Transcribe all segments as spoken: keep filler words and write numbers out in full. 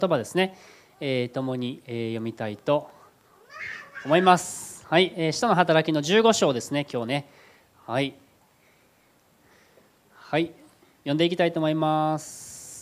言葉ですね、えー、共に、えー、読みたいと思います。はい、えー、使徒の働きのじゅうご章ですね、今日ね。はい、はい、読んでいきたいと思います。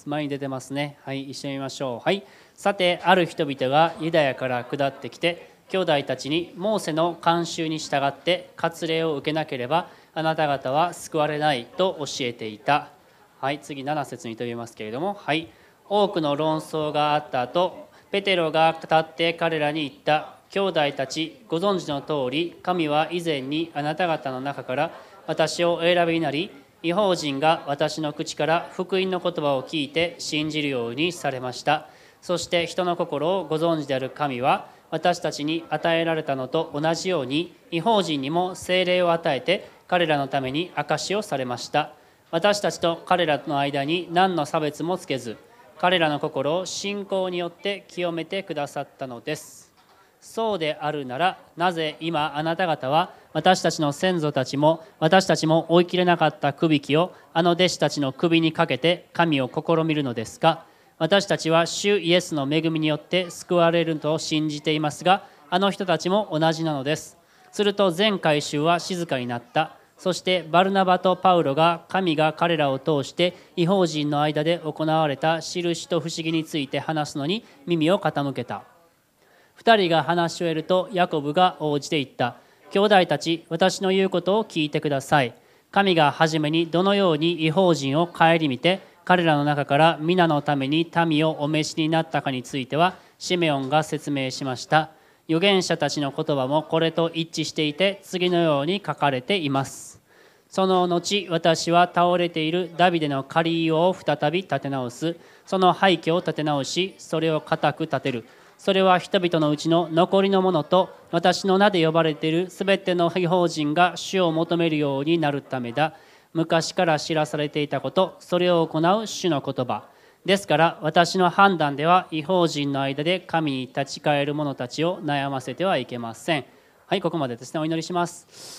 前に出てますね。はい、一緒に見ましょう。はい、さてある人々がユダヤから下ってきて、兄弟たちにモーセの慣習に従って割礼を受けなければあなた方は救われないと教えていた。はい、次なな節に飛びますけれども、はい、多くの論争があった後、ペテロが立って彼らに言った。兄弟たち、ご存知の通り、神は以前にあなた方の中から私をお選びになり、異邦人が私の口から福音の言葉を聞いて信じるようにされました。そして人の心をご存知である神は、私たちに与えられたのと同じように、異邦人にも聖霊を与えて、彼らのために証しをされました。私たちと彼らの間に何の差別もつけず、彼らの心を信仰によって清めてくださったのです。そうであるなら、なぜ今あなた方は私たちの先祖たちも私たちも追い切れなかったくびきをあの弟子たちの首にかけて神を試みるのですか。私たちは主イエスの恵みによって救われると信じていますが、あの人たちも同じなのです。すると全会衆は静かになった。そしてバルナバとパウロが神が彼らを通して異邦人の間で行われた印と不思議について話すのに耳を傾けた。二人が話し終えるとヤコブが応じて言った。兄弟たち、私の言うことを聞いてください。神が初めにどのように異邦人を顧みて彼らの中から皆のために民をお召しになったかについてはシメオンが説明しました。預言者たちの言葉もこれと一致していて次のように書かれています。その後、私は倒れているダビデの狩りを再び立て直す。その廃墟を立て直し、それを固く立てる。それは人々のうちの残りのものと、私の名で呼ばれているすべての異邦人が主を求めるようになるためだ。昔から知らされていたこと、それを行う主の言葉。ですから、私の判断では、異邦人の間で神に立ち返る者たちを悩ませてはいけません。はい、ここまでですね。お祈りします。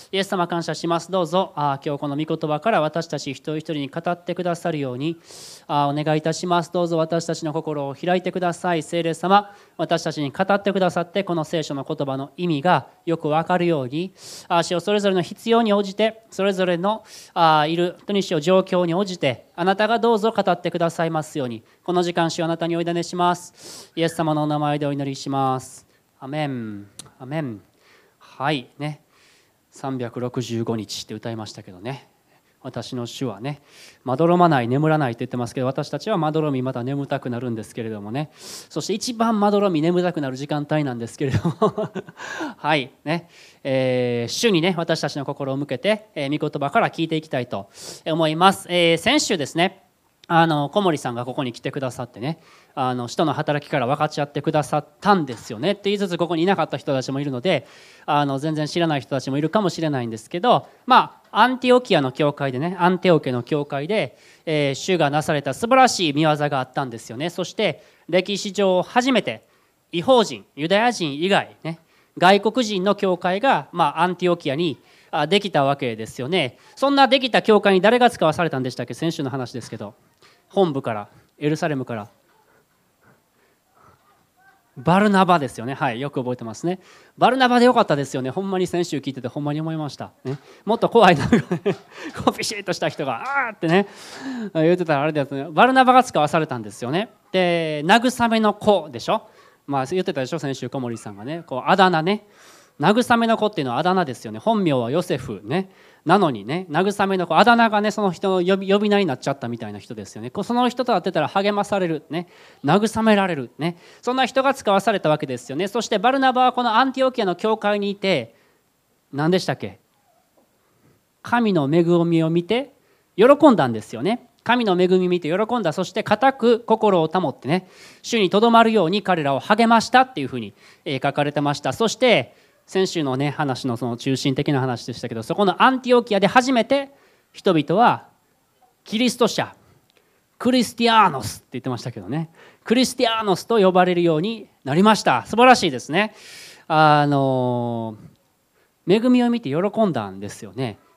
イエス様感謝します。どうぞあ今日この御言葉から私たち一人一人に語ってくださるようにあお願いいたします。どうぞ私たちの心を開いてください。聖霊様、私たちに語ってくださって、この聖書の言葉の意味がよくわかるように、あ主をそれぞれの必要に応じて、それぞれのあいるとにしよう状況に応じて、あなたがどうぞ語ってくださいますように、この時間主をあなたにお委ねします。イエス様のお名前でお祈りします。アメン。アメン。はいね、さんびゃくろくじゅうごにちって歌いましたけどね、私の主はね、まどろまない、眠らないって言ってますけど、私たちはまどろみ、また眠たくなるんですけれどもね、そして一番まどろみ、眠たくなる時間帯なんですけれどもはいね、えー、主にね、私たちの心を向けて、えー、御言葉から聞いていきたいと思います。えー、先週ですね、あの小森さんがここに来てくださってね、あの使徒の働きから分かち合ってくださったんですよねって言いつつ、ここにいなかった人たちもいるので、あの全然知らない人たちもいるかもしれないんですけど、まあアンティオキアの教会でね、アンテオケの教会で、えー、主がなされた素晴らしい見業があったんですよね。そして歴史上初めて異邦人、ユダヤ人以外ね、外国人の教会が、まあ、アンティオキアにできたわけですよね。そんなできた教会に誰が使わされたんでしたっけ？先週の話ですけど、本部から、エルサレムからバルナバですよね。はい、よく覚えてますね。バルナバでよかったですよね。ほんまに先週聞いててほんまに思いました、ね、もっと怖いなこうピシッとした人があーってね言ってたらあれだよね。バルナバが使わされたんですよね。で、慰めの子でしょ、まあ、言ってたでしょ先週小森さんがね、こうあだ名ね、慰めの子っていうのはあだ名ですよね。本名はヨセフね、なのにね、慰めの子、あだ名がね、その人の呼び、呼び名になっちゃったみたいな人ですよね。その人と会ってたら励まされる、ね、慰められる、ね、そんな人が使わされたわけですよね。そしてバルナバはこのアンティオキアの教会にいて、何でしたっけ？神の恵みを見て喜んだんですよね。神の恵みを見て喜んだ。そして固く心を保ってね、主にとどまるように彼らを励ましたっていうふうに書かれてました。そして先週のね話のその中心的な話でしたけど、そこのアンティオキアで初めて人々はキリスト者、クリスティアーノスって言ってましたけどね、クリスティアーノスと呼ばれるようになりました。素晴らしいですね。あの恵みを見て喜んだんですよね。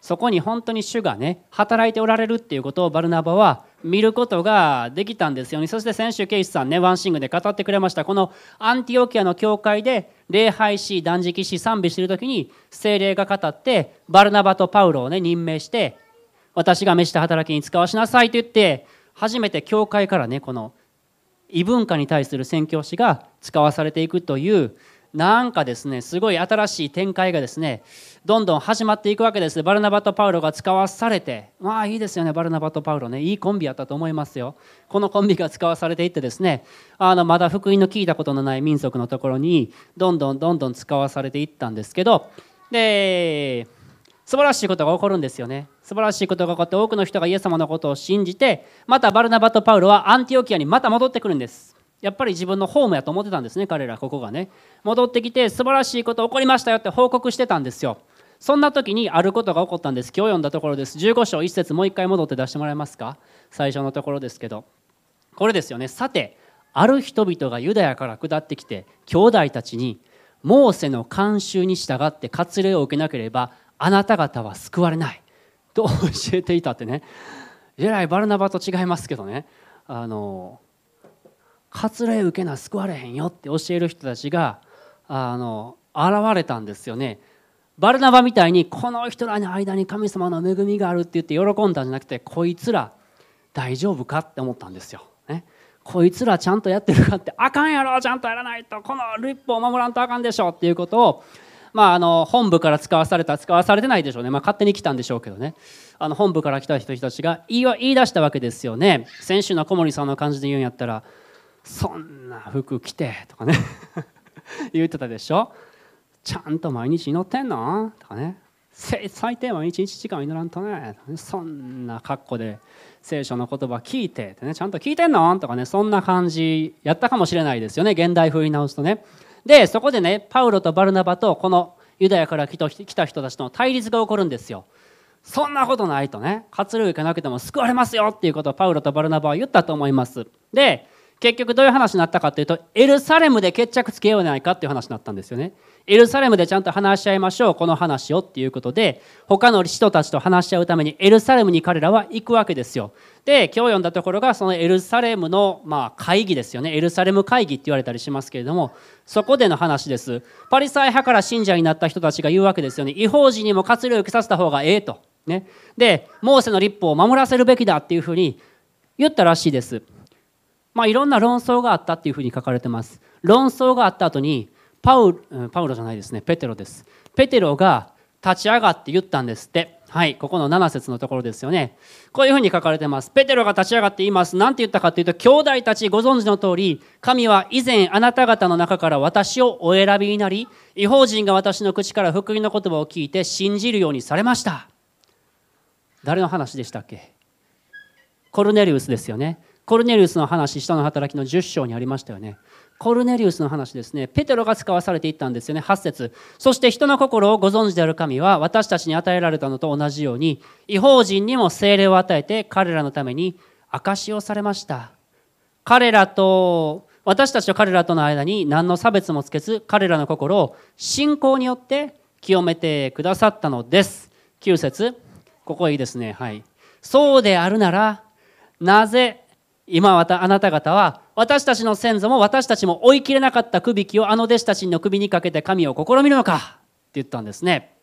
そこに本当に主がね働いておられるっていうことをバルナバは見ることができたんですよね。そして先週ケイスさんねワンシングで語ってくれました、このアンティオキアの教会で礼拝し断食し賛美している時に聖霊が語ってバルナバとパウロをね任命して、私が召した働きに使わしなさいと言って、初めて教会からねこの異文化に対する宣教師が使わされていくという、なんかですねすごい新しい展開がですねどんどん始まっていくわけです。バルナバとパウロが使わされて、まあいいですよね、バルナバとパウロね、いいコンビやったと思いますよ。このコンビが使わされていってですね、あのまだ福音の聞いたことのない民族のところにどんどんどんどん使わされていったんですけど、で素晴らしいことが起こるんですよね。素晴らしいことが起こって、多くの人がイエス様のことを信じて、またバルナバとパウロはアンティオキアにまた戻ってくるんです。やっぱり自分のホームやと思ってたんですね、彼らここがね。戻ってきて素晴らしいこと起こりましたよって報告してたんですよ。そんな時にあることが起こったんです。今日読んだところです。じゅうご章いっ節、もう一回戻って出してもらえますか。最初のところですけど、これですよね。さてある人々がユダヤから下ってきて、兄弟たちにモーセの慣習に従って割礼を受けなければあなた方は救われないと教えていたってね。えらいバルナバと違いますけどね、あの割礼受けな救われへんよって教える人たちがあの現れたんですよね。バルナバみたいにこの人らの間に神様の恵みがあるって言って喜んだんじゃなくて、こいつら大丈夫かって思ったんですよ、ね、こいつらちゃんとやってるかって、あかんやろ、ちゃんとやらないと、この律法を守らんとあかんでしょっていうことを、まあ、あの本部から使わされた使わされてないでしょうね、まあ、勝手に来たんでしょうけどね、あの本部から来た人たちが言い言い出したわけですよね。先週の小森さんの感じで言うんやったら、そんな服着てとかね言ってたでしょ。ちゃんと毎日祈ってんのとかね、最低毎日いちじかん祈らんとね、そんな格好で聖書の言葉聞いてってね、ちゃんと聞いてんのとかね、そんな感じやったかもしれないですよね、現代風に直すとね。でそこでねパウロとバルナバとこのユダヤから来た人たちの対立が起こるんですよ。そんなことないとね、割礼受けなくても救われますよっていうことをパウロとバルナバは言ったと思います。で結局どういう話になったかというと、エルサレムで決着つけようじゃないかっていう話になったんですよね。エルサレムでちゃんと話し合いましょう、この話をっていうことで、他の人たちと話し合うためにエルサレムに彼らは行くわけですよ。で今日読んだところがそのエルサレムのまあ会議ですよね。エルサレム会議って言われたりしますけれども、そこでの話です。パリサイ派から信者になった人たちが言うわけですよね。異邦人にも割礼を受けさせた方がええと、ね、でモーセの律法を守らせるべきだっていうふうに言ったらしいです。まあ、いろんな論争があったっていうふうに書かれてます。論争があった後にパウパウロじゃないですね、ペテロです。ペテロが立ち上がって言ったんですって。はい、ここのなな節のところですよね。こういうふうに書かれてます。ペテロが立ち上がって言います。なんて言ったかというと、兄弟たちご存知の通り、神は以前あなた方の中から私をお選びになり、異邦人が私の口から福音の言葉を聞いて信じるようにされました。誰の話でしたっけ。コルネリウスですよね。コルネリウスの話、使徒の働きのじゅっ章にありましたよね。コルネリウスの話ですね。ペテロが使わされていったんですよね。はち節、そして人の心をご存知である神は私たちに与えられたのと同じように、異邦人にも聖霊を与えて彼らのために証しをされました。彼らと私たちと彼らとの間に何の差別もつけず、彼らの心を信仰によって清めてくださったのです。きゅう節、ここいいですね。はい、そうであるならなぜ今あなた方は私たちの先祖も私たちも追い切れなかったくびきをあの弟子たちの首にかけて神を試みるのかって言ったんですね。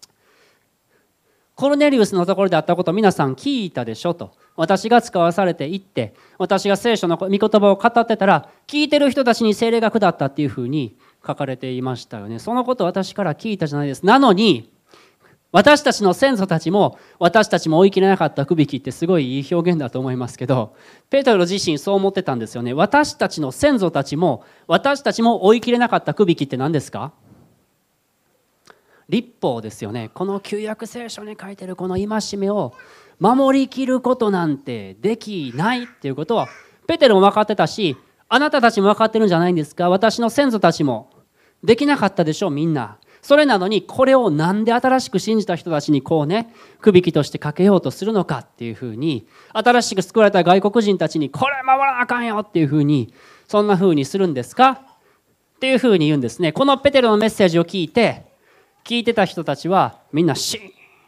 コルネリウスのところであったことを皆さん聞いたでしょと。私が使わされていって私が聖書の御言葉を語ってたら、聞いてる人たちに聖霊が下ったっていうふうに書かれていましたよね。そのことを私から聞いたじゃないです。なのに私たちの先祖たちも私たちも追い切れなかったくびきってすごいいい表現だと思いますけど、ペテロ自身そう思ってたんですよね。私たちの先祖たちも私たちも追い切れなかったくびきって何ですか。律法ですよね。この旧約聖書に書いてるこの戒めを守りきることなんてできないっていうことはペテロも分かってたし、あなたたちも分かってるんじゃないんですか。私の先祖たちもできなかったでしょう、みんな。それなのにこれをなんで新しく信じた人たちにこうねくびきとしてかけようとするのかっていうふうに、新しく救われた外国人たちにこれ守らなあかんよっていうふうに、そんなふうにするんですかっていうふうに言うんですね。このペテロのメッセージを聞いて聞いてた人たちはみんなシーン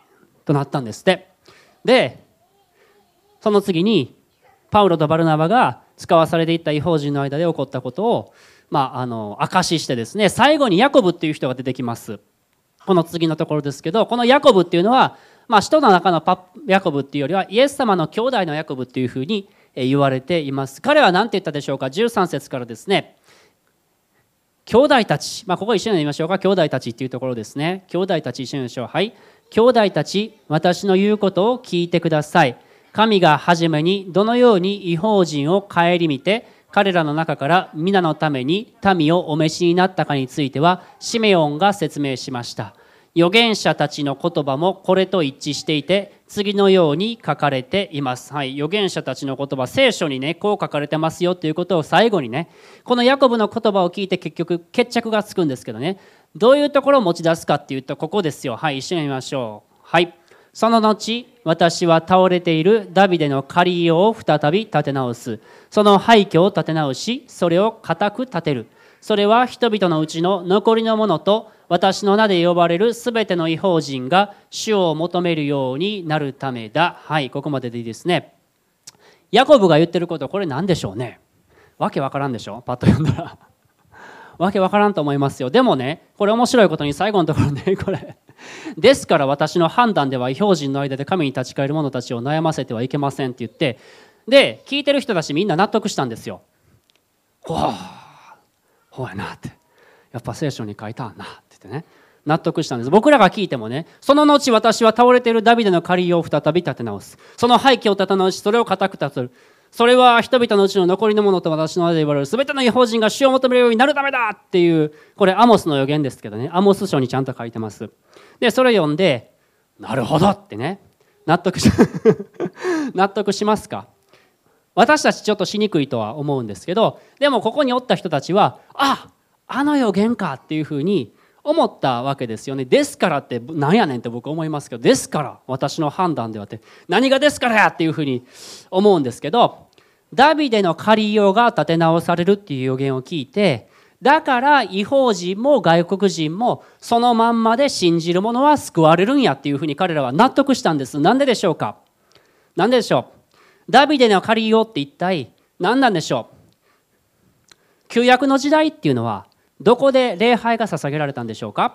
となったんですって。でその次にパウロとバルナバが使わされていった異邦人の間で起こったことを、まあ、あの証ししてですね、最後にヤコブっていう人が出てきます。この次のところですけど、このヤコブっていうのは、まあ、使徒の中のパヤコブっていうよりはイエス様の兄弟のヤコブっていうふうに言われています。彼は何て言ったでしょうか。じゅうさん節からですね、兄弟たち、まあ、ここ一緒に言いましょうか。兄弟たちっていうところですね。兄弟たち一緒に言いましょう。はい。兄弟たち、私の言うことを聞いてください。神が初めにどのように異邦人を顧みて、彼らの中から皆のために民をお召しになったかについては、シメオンが説明しました。預言者たちの言葉もこれと一致していて、次のように書かれています。はい、預言者たちの言葉、聖書にね、こう書かれてますよということを最後にね、このヤコブの言葉を聞いて結局決着がつくんですけどね、どういうところを持ち出すかっていうと、ここですよ。はい、一緒に見ましょう。はい。その後、私は倒れているダビデのカリオを再び立て直す。その廃墟を立て直し、それを固く立てる。それは人々のうちの残りのものと、私の名で呼ばれるすべての異邦人が主を求めるようになるためだ。はい、ここまででいいですね。ヤコブが言ってること、これ何でしょうね。わけわからんでしょ、パッと読んだら。わけわからんと思いますよ。でもね、これ面白いことに最後のところね、これ。ですから私の判断では異邦人の間で神に立ち返る者たちを悩ませてはいけませんって言って、で、聞いてる人たちみんな納得したんですよ。ほう、ほうやなって。やっぱ聖書に書いたんなって言ってね、納得したんです。僕らが聞いてもね、その後私は倒れているダビデのカリオを再び立て直す。その廃墟を立て直し、それを固く立てる。それは人々のうちの残りのものと私の名で言われる全ての異邦人が主を求めるようになるためだっていう、これアモスの予言ですけどね、アモス書にちゃんと書いてます。で、それを読んで、なるほどってね、納得し納得しますか。私たちちょっとしにくいとは思うんですけど、でもここにおった人たちは、あ、あの予言かっていうふうに思ったわけですよね。ですからって何やねんって僕思いますけど、ですから私の判断ではって何がですからやっていうふうに思うんですけど、ダビデのカリオが立て直されるっていう予言を聞いて、だから異邦人も外国人もそのまんまで信じる者は救われるんやっていうふうに彼らは納得したんです。なんででしょうか。なんででしょう。ダビデのカリオって一体何なんでしょう。旧約の時代っていうのはどこで礼拝が捧げられたんでしょうか。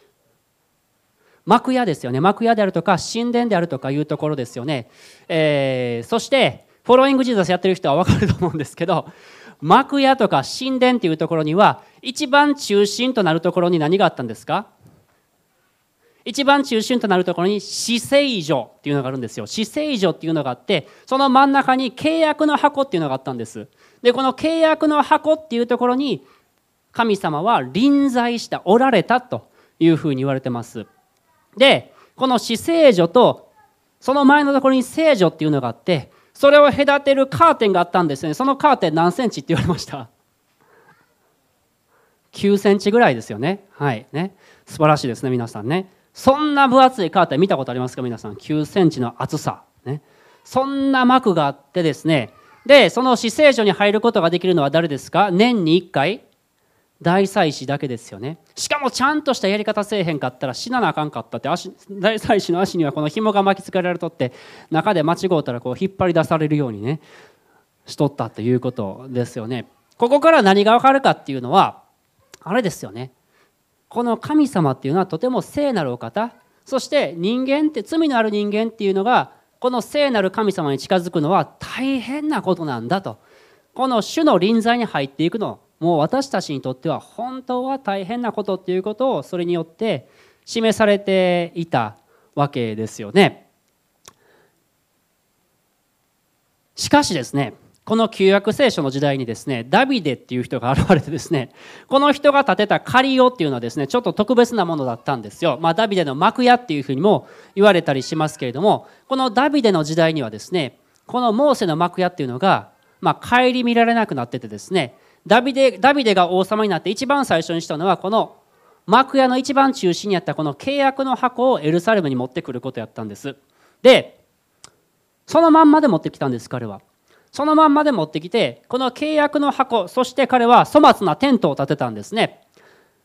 幕屋ですよね。幕屋であるとか神殿であるとかいうところですよね。えー、そしてフォローイングジーザスやってる人は分かると思うんですけど、幕屋とか神殿っていうところには一番中心となるところに何があったんですか。一番中心となるところに至聖所っていうのがあるんですよ。至聖所っていうのがあって、その真ん中に契約の箱っていうのがあったんです。で、この契約の箱っていうところに神様は臨在した、おられたというふうに言われてます。で、この至聖所とその前のところに聖所っていうのがあって、それを隔てるカーテンがあったんですね。そのカーテン何センチって言われました？きゅうセンチぐらいですよね。はいね。素晴らしいですね、皆さんね。そんな分厚いカーテン見たことありますか、皆さん。きゅうセンチの厚さ、ね、そんな幕があってですね。で、その至聖所に入ることができるのは誰ですか。年にいっかい大祭司だけですよね。しかもちゃんとしたやり方せえへんかったら死ななあかんかったって、足大祭司の足にはこの紐が巻きつけられとって、中で間違うたらこう引っ張り出されるようにねしとったということですよね。ここから何がわかるかっていうのはあれですよね。この神様っていうのはとても聖なるお方、そして人間って罪のある人間っていうのがこの聖なる神様に近づくのは大変なことなんだと。この主の臨在に入っていくの、もう私たちにとっては本当は大変なことっていうことをそれによって示されていたわけですよね。しかしですね、この旧約聖書の時代にですね、ダビデっていう人が現れてですね、この人が建てたカリオっていうのはですね、ちょっと特別なものだったんですよ。まあダビデの幕屋っていうふうにも言われたりしますけれども、このダビデの時代にはですね、このモーセの幕屋っていうのがまあ顧みられなくなっててですね、ダビデ、ダビデが王様になって一番最初にしたのはこの幕屋の一番中心にあったこの契約の箱をエルサレムに持ってくることやったんです。で、そのまんまで持ってきたんです、彼は。そのまんまで持ってきて、この契約の箱、そして彼は粗末なテントを建てたんですね。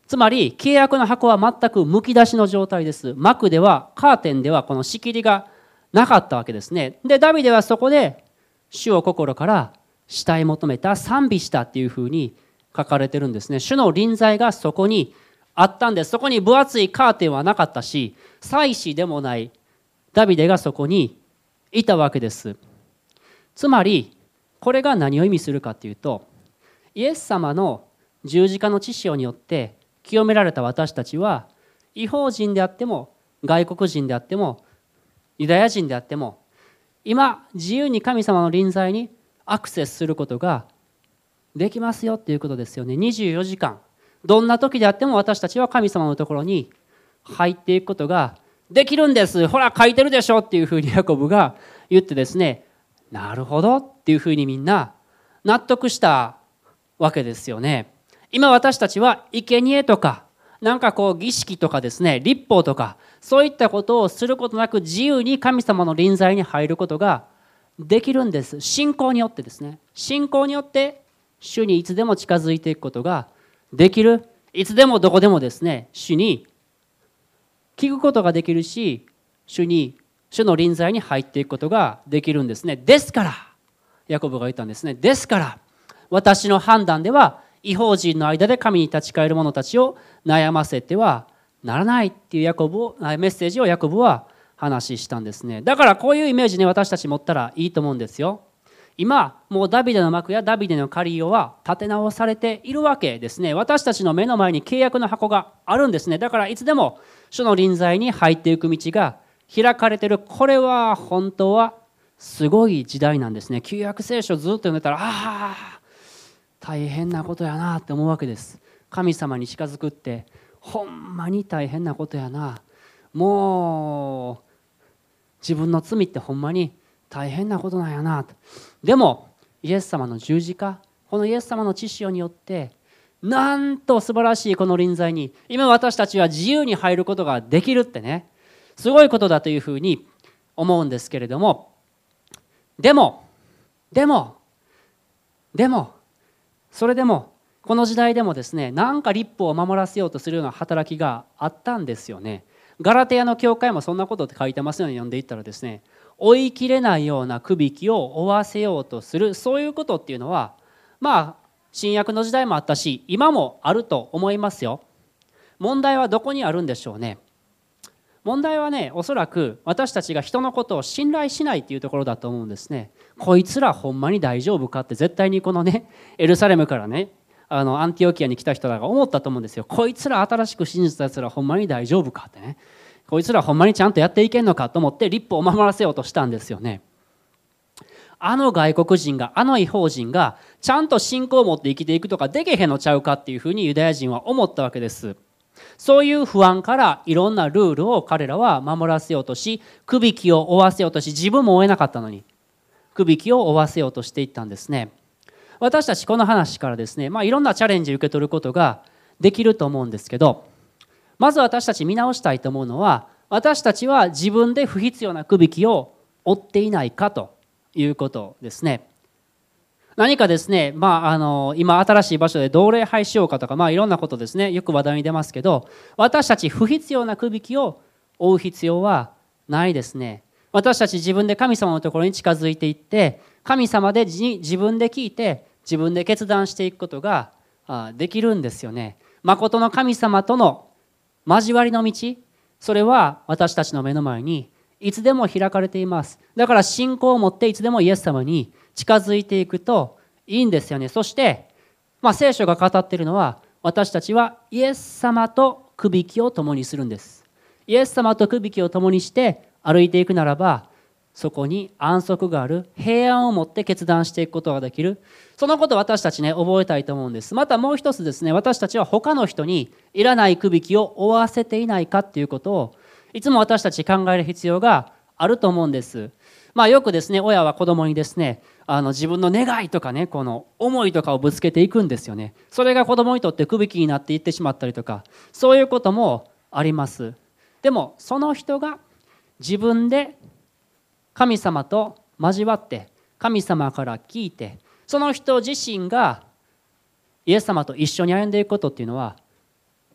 つまり契約の箱は全くむき出しの状態です。幕ではカーテンではこの仕切りがなかったわけですね。でダビデはそこで主を心から慕い求めた、賛美したっていうふうに書かれてるんですね。主の臨在がそこにあったんです。そこに分厚いカーテンはなかったし、祭司でもないダビデがそこにいたわけです。つまりこれが何を意味するかというと、イエス様の十字架の血潮によって清められた私たちは、異邦人であっても外国人であってもユダヤ人であっても、今自由に神様の臨在にアクセスすることができますよっていうことですよね。にじゅうよじかんどんな時であっても私たちは神様のところに入っていくことができるんです。ほら書いてるでしょっていうふうにヤコブが言ってですね、なるほどっていうふうにみんな納得したわけですよね。今私たちは生贄とかなんかこう儀式とかですね、律法とかそういったことをすることなく自由に神様の臨在に入ることができるんです。信仰によってですね。信仰によって主にいつでも近づいていくことができる。いつでもどこでもですね、主に聞くことができるし、主に主の臨在に入っていくことができるんですね。ですからヤコブが言ったんですね。ですから私の判断では異邦人の間で神に立ち返る者たちを悩ませてはならないっていうヤコブをメッセージをヤコブは話したんですね。だからこういうイメージね、私たち持ったらいいと思うんですよ。今もうダビデの幕やダビデのカリオは立て直されているわけですね。私たちの目の前に契約の箱があるんですね。だからいつでも主の臨在に入っていく道が開かれている。これは本当はすごい時代なんですね。旧約聖書ずっと読んでたら、ああ大変なことやなって思うわけです。神様に近づくってほんまに大変なことやな。もう自分の罪ってほんまに大変なことなんやなと。でもイエス様の十字架、このイエス様の血潮によってなんと素晴らしいこの臨在に今私たちは自由に入ることができるってね、すごいことだというふうに思うんですけれども、でもでもでもそれでもこの時代でもですね、なんか律法を守らせようとするような働きがあったんですよね。ガラテヤの教会もそんなことって書いてますように読んでいったらですね、追い切れないような区引きを負わせようとする、そういうことっていうのはまあ新約の時代もあったし今もあると思いますよ。問題はどこにあるんでしょうね。問題はね、おそらく私たちが人のことを信頼しないっていうところだと思うんですね。こいつらほんまに大丈夫かって絶対にこのねエルサレムからねあのアンティオキアに来た人らが思ったと思うんですよ。こいつら新しく信じたやつらほんまに大丈夫かってね、こいつらほんまにちゃんとやっていけんのかと思って律法を守らせようとしたんですよね。あの外国人があの異邦人がちゃんと信仰を持って生きていくとかでけへんのちゃうかっていうふうにユダヤ人は思ったわけです。そういう不安からいろんなルールを彼らは守らせようとし、区引きを負わせようとし、自分も負えなかったのに区引きを負わせようとしていったんですね。私たちこの話からですね、まあ、いろんなチャレンジを受け取ることができると思うんですけど、まず私たち見直したいと思うのは、私たちは自分で不必要な区引きを負っていないかということですね。何かですね、まあ、あの今新しい場所で同礼拝しようかとか、まあ、いろんなことですね、よく話題に出ますけど、私たち不必要な区引きを負う必要はないですね。私たち自分で神様のところに近づいていって、神様で自分で聞いて自分で決断していくことができるんですよね。誠の神様との交わりの道、それは私たちの目の前にいつでも開かれています。だから信仰を持っていつでもイエス様に近づいていくといいんですよね。そして、まあ、聖書が語っているのは、私たちはイエス様と区引きを共にするんです。イエス様と区引きを共にして歩いていくならば、そこに安息がある、平安を持って決断していくことができる。そのことを私たちね、覚えたいと思うんです。またもう一つですね、私たちは他の人にいらない区引きを負わせていないかっていうことをいつも私たち考える必要があると思うんです。まあよくですね、親は子供にですね、あの自分の願いとかね、この思いとかをぶつけていくんですよね。それが子供にとって区引きになっていってしまったりとか、そういうこともあります。でもその人が自分で神様と交わって神様から聞いて、その人自身がイエス様と一緒に歩んでいくことっていうのは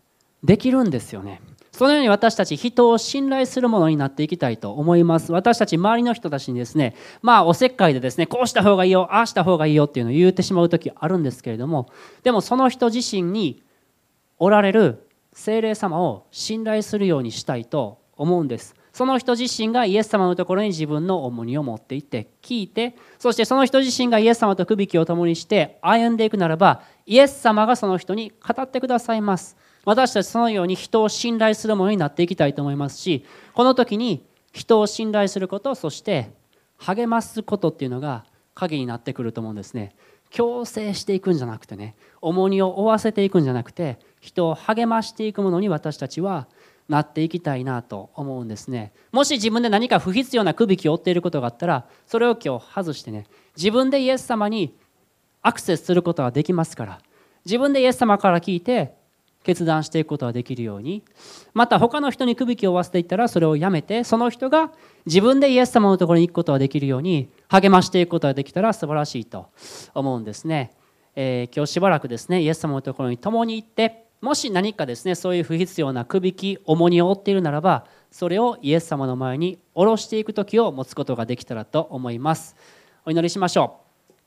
できるんですよね。そのように私たち人を信頼するものになっていきたいと思います。私たち周りの人たちにですね、まあおせっかいでですね、こうした方がいいよ、ああした方がいいよっていうのを言ってしまう時あるんですけれども、でもその人自身におられる聖霊様を信頼するようにしたいと思うんです。その人自身がイエス様のところに自分の重荷を持っていって聞いて、そしてその人自身がイエス様とくびきを共にして歩んでいくならば、イエス様がその人に語ってくださいます。私たちそのように人を信頼するものになっていきたいと思いますし、この時に人を信頼すること、そして励ますことっていうのが鍵になってくると思うんですね。強制していくんじゃなくてね、重荷を負わせていくんじゃなくて、人を励ましていくものに私たちはなっていきたいなと思うんですね。もし自分で何か不必要なくびきを負っていることがあったら、それを今日外してね、自分でイエス様にアクセスすることができますから、自分でイエス様から聞いて決断していくことができるように、また他の人にくびきを負わせていったらそれをやめて、その人が自分でイエス様のところに行くことができるように励ましていくことができたら素晴らしいと思うんですね。えー、今日しばらくですね、イエス様のところに共に行って、もし何かですね、そういう不必要なくびき、重荷を負っているならば、それをイエス様の前に下ろしていく時を持つことができたらと思います。お祈りしましょう。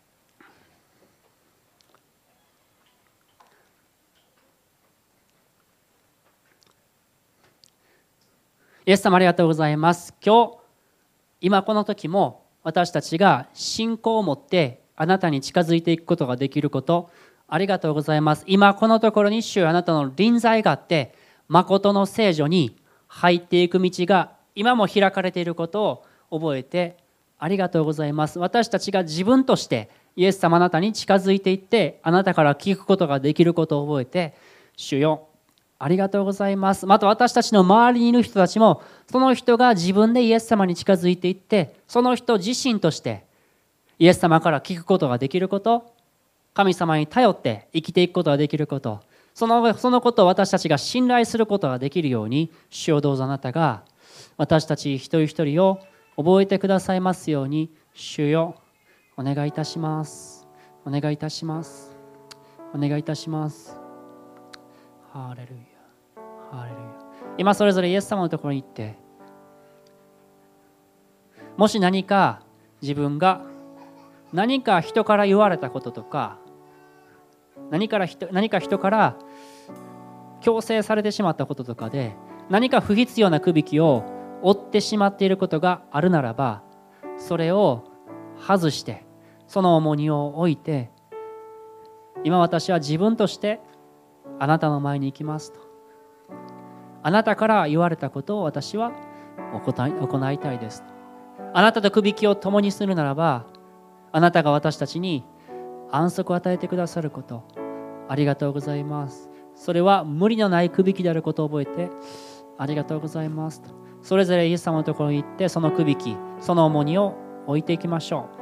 イエス様ありがとうございます。今日、今この時も私たちが信仰を持ってあなたに近づいていくことができること、ありがとうございます。今このところに主よあなたの臨在があって、誠の聖女に入っていく道が今も開かれていることを覚えてありがとうございます。私たちが自分としてイエス様あなたに近づいていって、あなたから聞くことができることを覚えて、主よありがとうございます。また私たちの周りにいる人たちも、その人が自分でイエス様に近づいていって、その人自身としてイエス様から聞くことができること、神様に頼って生きていくことができること、その、そのことを私たちが信頼することができるように、主よどうぞあなたが私たち一人一人を覚えてくださいますように、主よお願いいたします。お願いいたします。お願いいたします。ハレルヤ、ハレルヤ。今それぞれイエス様のところに行って、もし何か自分が何か人から言われたこととか、何から人何か人から強制されてしまったこととかで、何か不必要なくびきを負ってしまっていることがあるならば、それを外してその重荷を置いて、今私は自分としてあなたの前に行きますと、あなたから言われたことを私は行いたいですと、あなたとくびきを共にするならば、あなたが私たちに安息を与えてくださること、ありがとうございます。それは無理のないくびきであることを覚えて、ありがとうございますと、それぞれイエス様のところに行って、そのくびき、その重荷を置いていきましょう。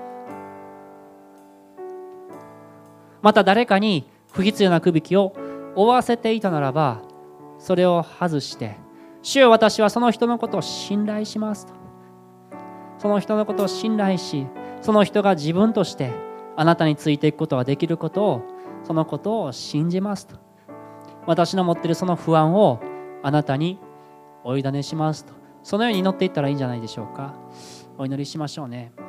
また誰かに不必要なくびきを負わせていたならば、それを外して、主よ私はその人のことを信頼しますと、その人のことを信頼し、その人が自分としてあなたについていくことができることを、そのことを信じますと、私の持っているその不安をあなたにお委ねしますと、そのように祈っていったらいいんじゃないでしょうか。お祈りしましょうね。